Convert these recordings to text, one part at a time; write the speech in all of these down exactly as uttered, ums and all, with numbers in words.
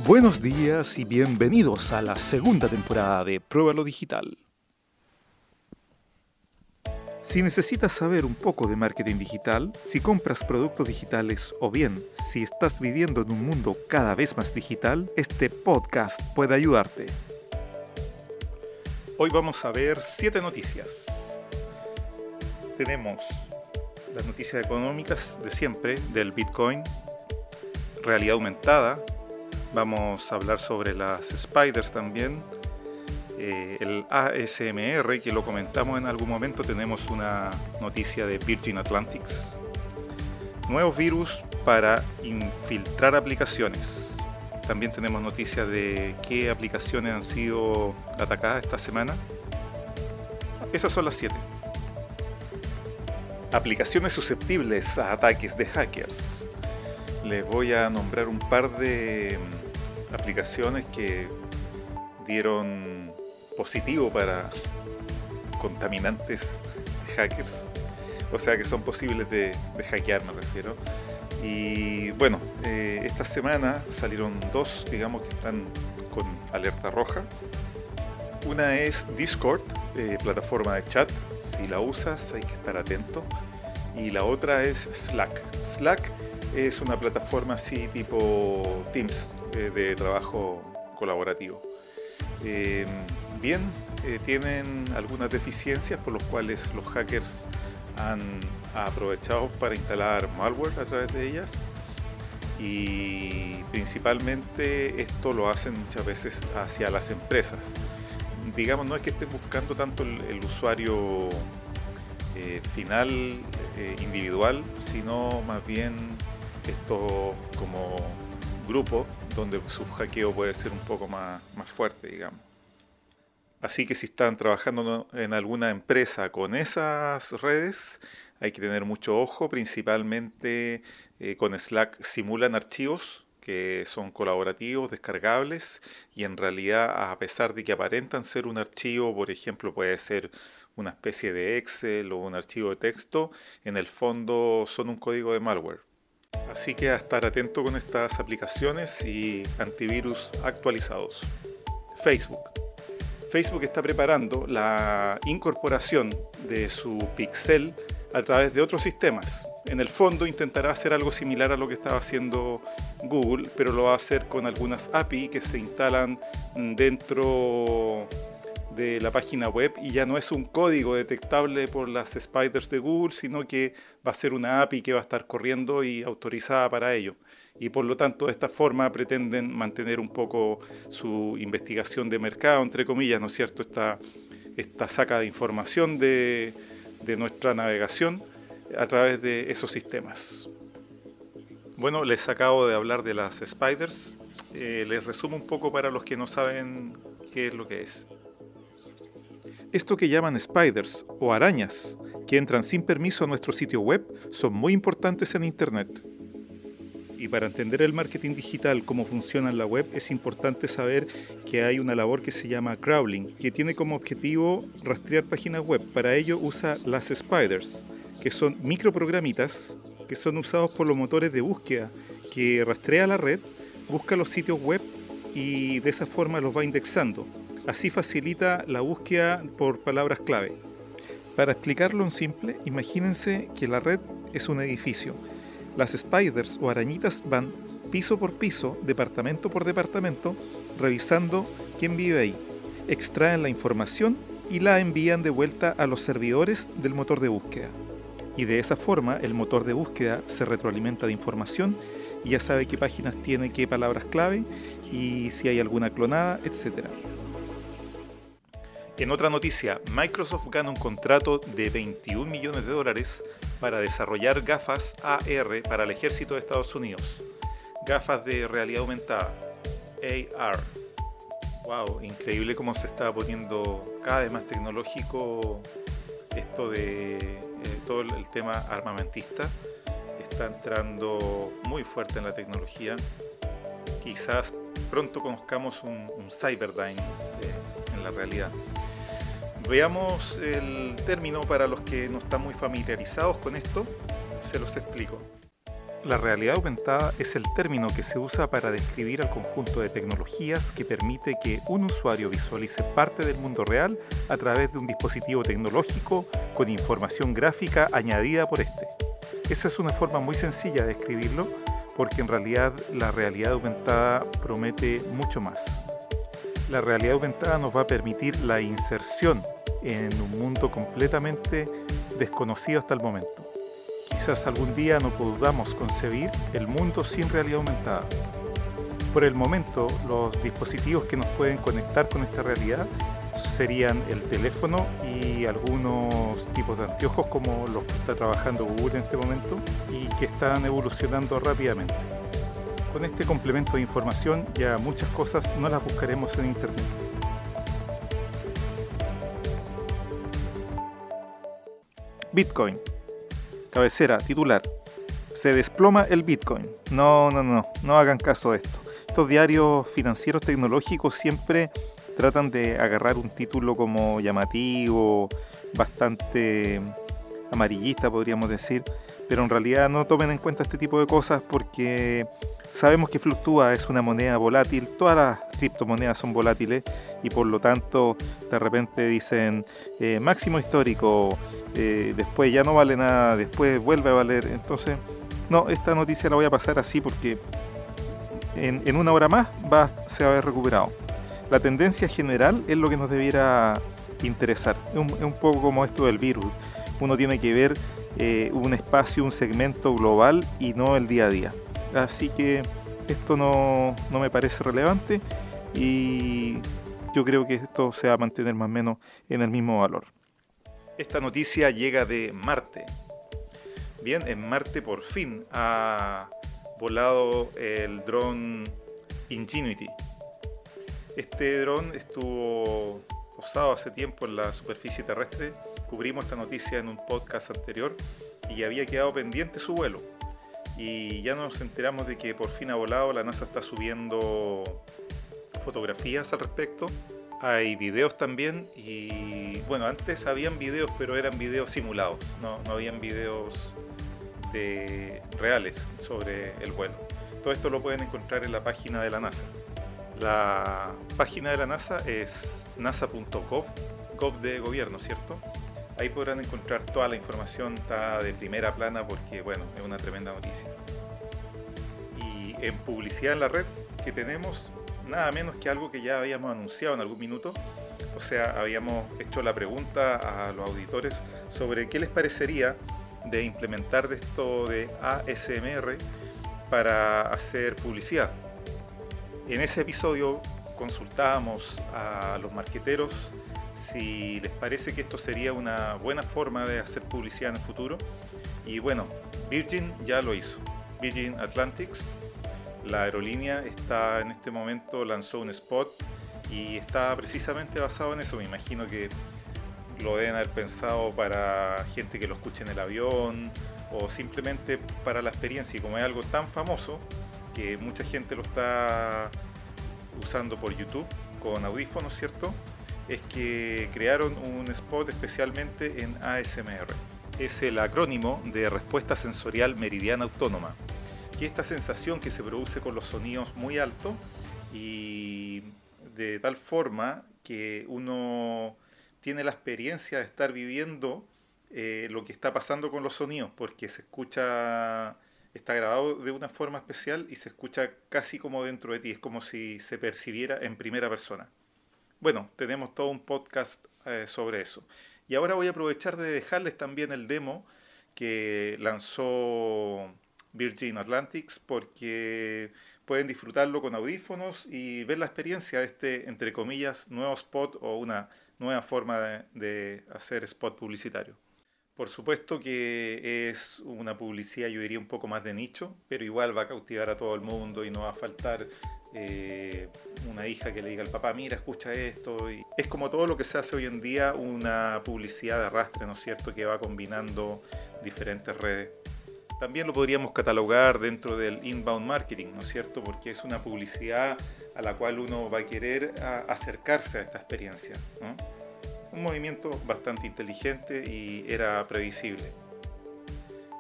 Buenos días y bienvenidos a la segunda temporada de Pruébalo Digital. Si necesitas saber un poco de marketing digital, si compras productos digitales o bien si estás viviendo en un mundo cada vez más digital, este podcast puede ayudarte. Hoy vamos a ver siete noticias. Tenemos las noticias económicas de siempre, del Bitcoin, realidad aumentada. Vamos a hablar sobre las spiders también, eh, el A S M R, que lo comentamos en algún momento. Tenemos una noticia de Virgin Atlantic, nuevos virus para infiltrar aplicaciones. También tenemos noticias de qué aplicaciones han sido atacadas esta semana. Esas son las siete. Aplicaciones susceptibles a ataques de hackers. Les voy a nombrar un par de aplicaciones que dieron positivo para contaminantes de hackers, o sea que son posibles de, de hackear, me refiero. Y bueno, eh, esta semana salieron dos, digamos, que están con alerta roja. Una es Discord, eh, plataforma de chat. Si la usas hay que estar atento. Y la otra es Slack. Slack es una plataforma así tipo Teams, eh, de trabajo colaborativo. Eh, bien, eh, tienen algunas deficiencias por las cuales los hackers han aprovechado para instalar malware a través de ellas, y principalmente esto lo hacen muchas veces hacia las empresas. Digamos, no es que estén buscando tanto el, el usuario eh, final, eh, individual, sino más bien esto como grupo, donde su hackeo puede ser un poco más, más fuerte, digamos. Así que si están trabajando en alguna empresa con esas redes, hay que tener mucho ojo. Principalmente eh, con Slack simulan archivos que son colaborativos, descargables, y en realidad, a pesar de que aparentan ser un archivo, por ejemplo, puede ser una especie de Excel o un archivo de texto, en el fondo son un código de malware. Así que a estar atento con estas aplicaciones y antivirus actualizados. Facebook. Facebook está preparando la incorporación de su Pixel a través de otros sistemas. En el fondo intentará hacer algo similar a lo que estaba haciendo Google, pero lo va a hacer con algunas A P I que se instalan dentro de la página web, y ya no es un código detectable por las spiders de Google, sino que va a ser una A P I que va a estar corriendo y autorizada para ello. Y por lo tanto, de esta forma pretenden mantener un poco su investigación de mercado, entre comillas, ¿no es cierto? Esta, esta saca de información de, de nuestra navegación a través de esos sistemas. Bueno, les acabo de hablar de las spiders. Eh, les resumo un poco para los que no saben qué es lo que es. Esto que llaman spiders o arañas, que entran sin permiso a nuestro sitio web, son muy importantes en Internet. Y para entender el marketing digital, cómo funciona en la web, es importante saber que hay una labor que se llama crawling, que tiene como objetivo rastrear páginas web. Para ello usa las spiders, que son microprogramitas que son usados por los motores de búsqueda, que rastrea la red, busca los sitios web y de esa forma los va indexando. Así facilita la búsqueda por palabras clave. Para explicarlo en simple, imagínense que la red es un edificio. Las spiders o arañitas van piso por piso, departamento por departamento, revisando quién vive ahí. Extraen la información y la envían de vuelta a los servidores del motor de búsqueda. Y de esa forma el motor de búsqueda se retroalimenta de información y ya sabe qué páginas tiene qué palabras clave y si hay alguna clonada, etcétera. En otra noticia, Microsoft gana un contrato de veintiún millones de dólares para desarrollar gafas A R para el ejército de Estados Unidos. Gafas de realidad aumentada, A R. Wow, increíble cómo se está poniendo cada vez más tecnológico esto de eh, todo el tema armamentista. Está entrando muy fuerte en la tecnología. Quizás pronto conozcamos un, un Cyberdyne eh, en la realidad. Veamos el término para los que no están muy familiarizados con esto, se los explico. La realidad aumentada es el término que se usa para describir al conjunto de tecnologías que permite que un usuario visualice parte del mundo real a través de un dispositivo tecnológico con información gráfica añadida por este. Esa es una forma muy sencilla de describirlo, porque en realidad la realidad aumentada promete mucho más. La realidad aumentada nos va a permitir la inserción en un mundo completamente desconocido hasta el momento. Quizás algún día no podamos concebir el mundo sin realidad aumentada. Por el momento, los dispositivos que nos pueden conectar con esta realidad serían el teléfono y algunos tipos de anteojos como los que está trabajando Google en este momento y que están evolucionando rápidamente. Con este complemento de información ya muchas cosas no las buscaremos en internet. Bitcoin. Cabecera, titular. Se desploma el Bitcoin. No, no, no, no hagan caso de esto. Estos diarios financieros tecnológicos siempre tratan de agarrar un título como llamativo, bastante amarillista podríamos decir, pero en realidad no tomen en cuenta este tipo de cosas porque sabemos que fluctúa, es una moneda volátil, todas las criptomonedas son volátiles y por lo tanto de repente dicen eh, máximo histórico, eh, después ya no vale nada, después vuelve a valer. Entonces, no, esta noticia la voy a pasar así porque en, en una hora más va, se va a haber recuperado. La tendencia general es lo que nos debiera interesar, es un, es un poco como esto del virus, uno tiene que ver eh, un espacio, un segmento global y no el día a día. Así que esto no, no me parece relevante y yo creo que esto se va a mantener más o menos en el mismo valor. Esta noticia llega de Marte. Bien, en Marte por fin ha volado el dron Ingenuity. Este dron estuvo posado hace tiempo en la superficie terrestre. Cubrimos esta noticia en un podcast anterior y había quedado pendiente su vuelo. Y ya nos enteramos de que por fin ha volado. La NASA está subiendo fotografías al respecto. Hay videos también y bueno, antes habían videos, pero eran videos simulados, no, no habían videos de, reales sobre el vuelo. Todo esto lo pueden encontrar en la página de la NASA. La página de la NASA es nasa punto gov, gov de gobierno, ¿cierto? Ahí podrán encontrar toda la información, está de primera plana porque, bueno, es una tremenda noticia. Y en publicidad en la red que tenemos, nada menos que algo que ya habíamos anunciado en algún minuto. O sea, habíamos hecho la pregunta a los auditores sobre qué les parecería de implementar de esto de A S M R para hacer publicidad. En ese episodio consultábamos a los marqueteros si les parece que esto sería una buena forma de hacer publicidad en el futuro. Y bueno, Virgin ya lo hizo. Virgin Atlantic, la aerolínea, está en este momento, lanzó un spot y está precisamente basado en eso. Me imagino que lo deben haber pensado para gente que lo escuche en el avión o simplemente para la experiencia. Y como es algo tan famoso que mucha gente lo está usando por YouTube con audífonos, ¿cierto? Es que crearon un spot especialmente en A S M R. Es el acrónimo de Respuesta Sensorial Meridiana Autónoma, que es esta sensación que se produce con los sonidos muy altos y de tal forma que uno tiene la experiencia de estar viviendo eh, lo que está pasando con los sonidos, porque se escucha, está grabado de una forma especial y se escucha casi como dentro de ti, es como si se percibiera en primera persona. Bueno, tenemos todo un podcast eh, sobre eso. Y ahora voy a aprovechar de dejarles también el demo que lanzó Virgin Atlantic, porque pueden disfrutarlo con audífonos y ver la experiencia de este, entre comillas, nuevo spot o una nueva forma de, de hacer spot publicitario. Por supuesto que es una publicidad, yo diría, un poco más de nicho, pero igual va a cautivar a todo el mundo y no va a faltar eh, una hija que le diga al papá, mira, escucha esto. Y es como todo lo que se hace hoy en día, una publicidad de arrastre, ¿no es cierto?, que va combinando diferentes redes. También lo podríamos catalogar dentro del inbound marketing, ¿no es cierto?, porque es una publicidad a la cual uno va a querer a acercarse a esta experiencia, ¿no? Un movimiento bastante inteligente y era previsible.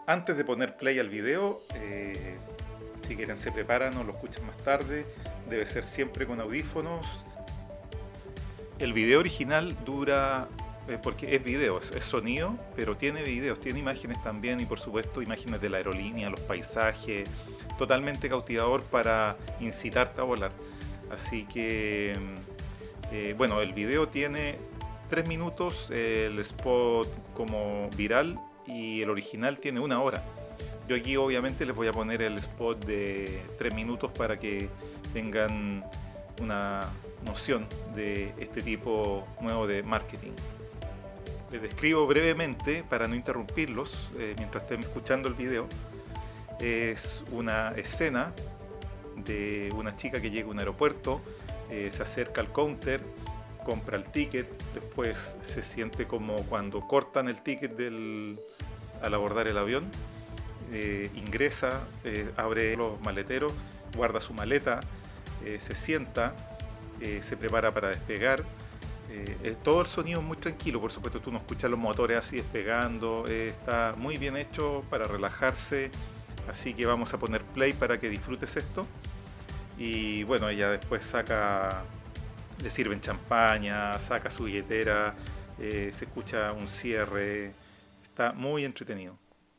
antes de poner play al video, eh, si quieren se preparan o lo escuchan más tarde, debe ser siempre con audífonos. El video original dura, eh, porque es video, es, es sonido, pero tiene videos, tiene imágenes también y por supuesto imágenes de la aerolínea, los paisajes, totalmente cautivador para incitarte a volar. Así que, eh, bueno, el video tiene tres minutos, eh, el spot como viral, y el original tiene una hora. Yo aquí obviamente les voy a poner el spot de tres minutos para que tengan una noción de este tipo nuevo de marketing. Les describo brevemente para no interrumpirlos eh, mientras estén escuchando el video. Es una escena de una chica que llega a un aeropuerto, eh, se acerca al counter, compra el ticket, después se siente como cuando cortan el ticket del, al abordar el avión, eh, ingresa, eh, abre los maleteros, guarda su maleta, eh, se sienta, eh, se prepara para despegar. Eh, todo el sonido es muy tranquilo, por supuesto tú no escuchas los motores así despegando, eh, está muy bien hecho para relajarse, así que vamos a poner play para que disfrutes esto. Y bueno, ella después saca, le sirven champaña, saca su billetera, eh, se escucha un cierre, está muy entretenido.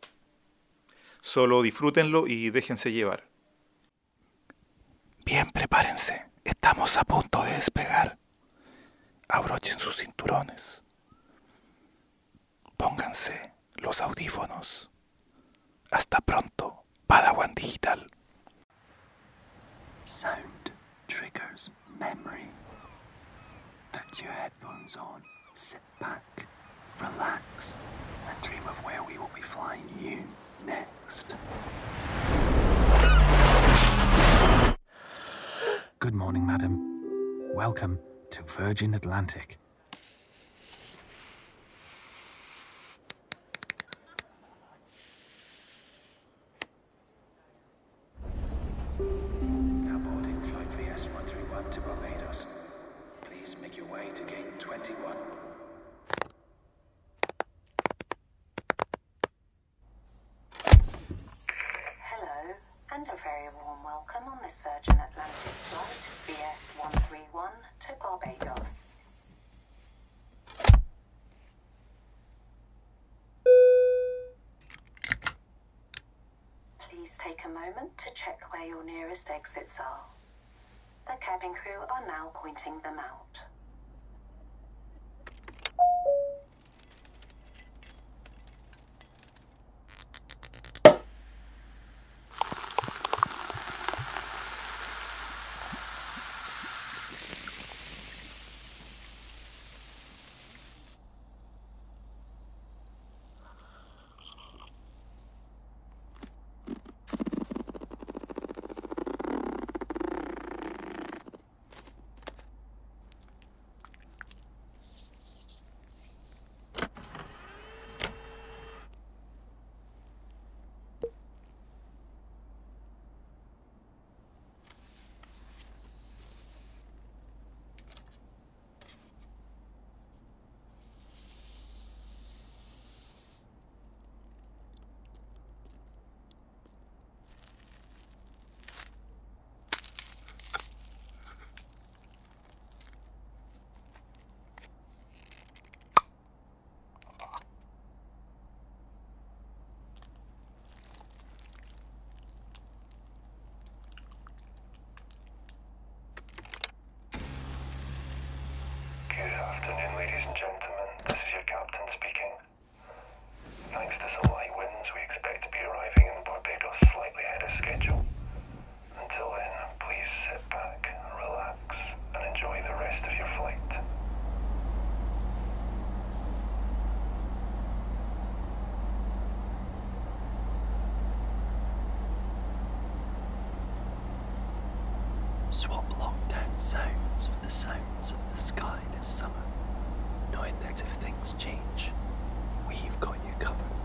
Solo disfrútenlo y déjense llevar. Bien, prepárense, estamos a punto de despegar. Abrochen sus cinturones. Pónganse los audífonos. Hasta pronto, Padawan Digital. Sound triggers memory. Put your headphones on, sit back, relax, and dream of where we will be flying you next. Good morning, madam. Welcome to Virgin Atlantic. Now boarding flight V S one three one to Barbados. Please make your way to gate twenty-one. Hello, and a very warm welcome on this Virgin Atlantic flight V S one three one to Barbados. Please take a moment to check where your nearest exits are. The cabin crew are now pointing them out. Ladies and gentlemen, this is your captain speaking. Thanks to some light winds, we expect to be arriving in Barbados slightly ahead of schedule. Until then, please sit back, relax, and enjoy the rest of your flight. Swap lockdown sounds for the sounds of the sky this summer, knowing that if things change, we've got you covered.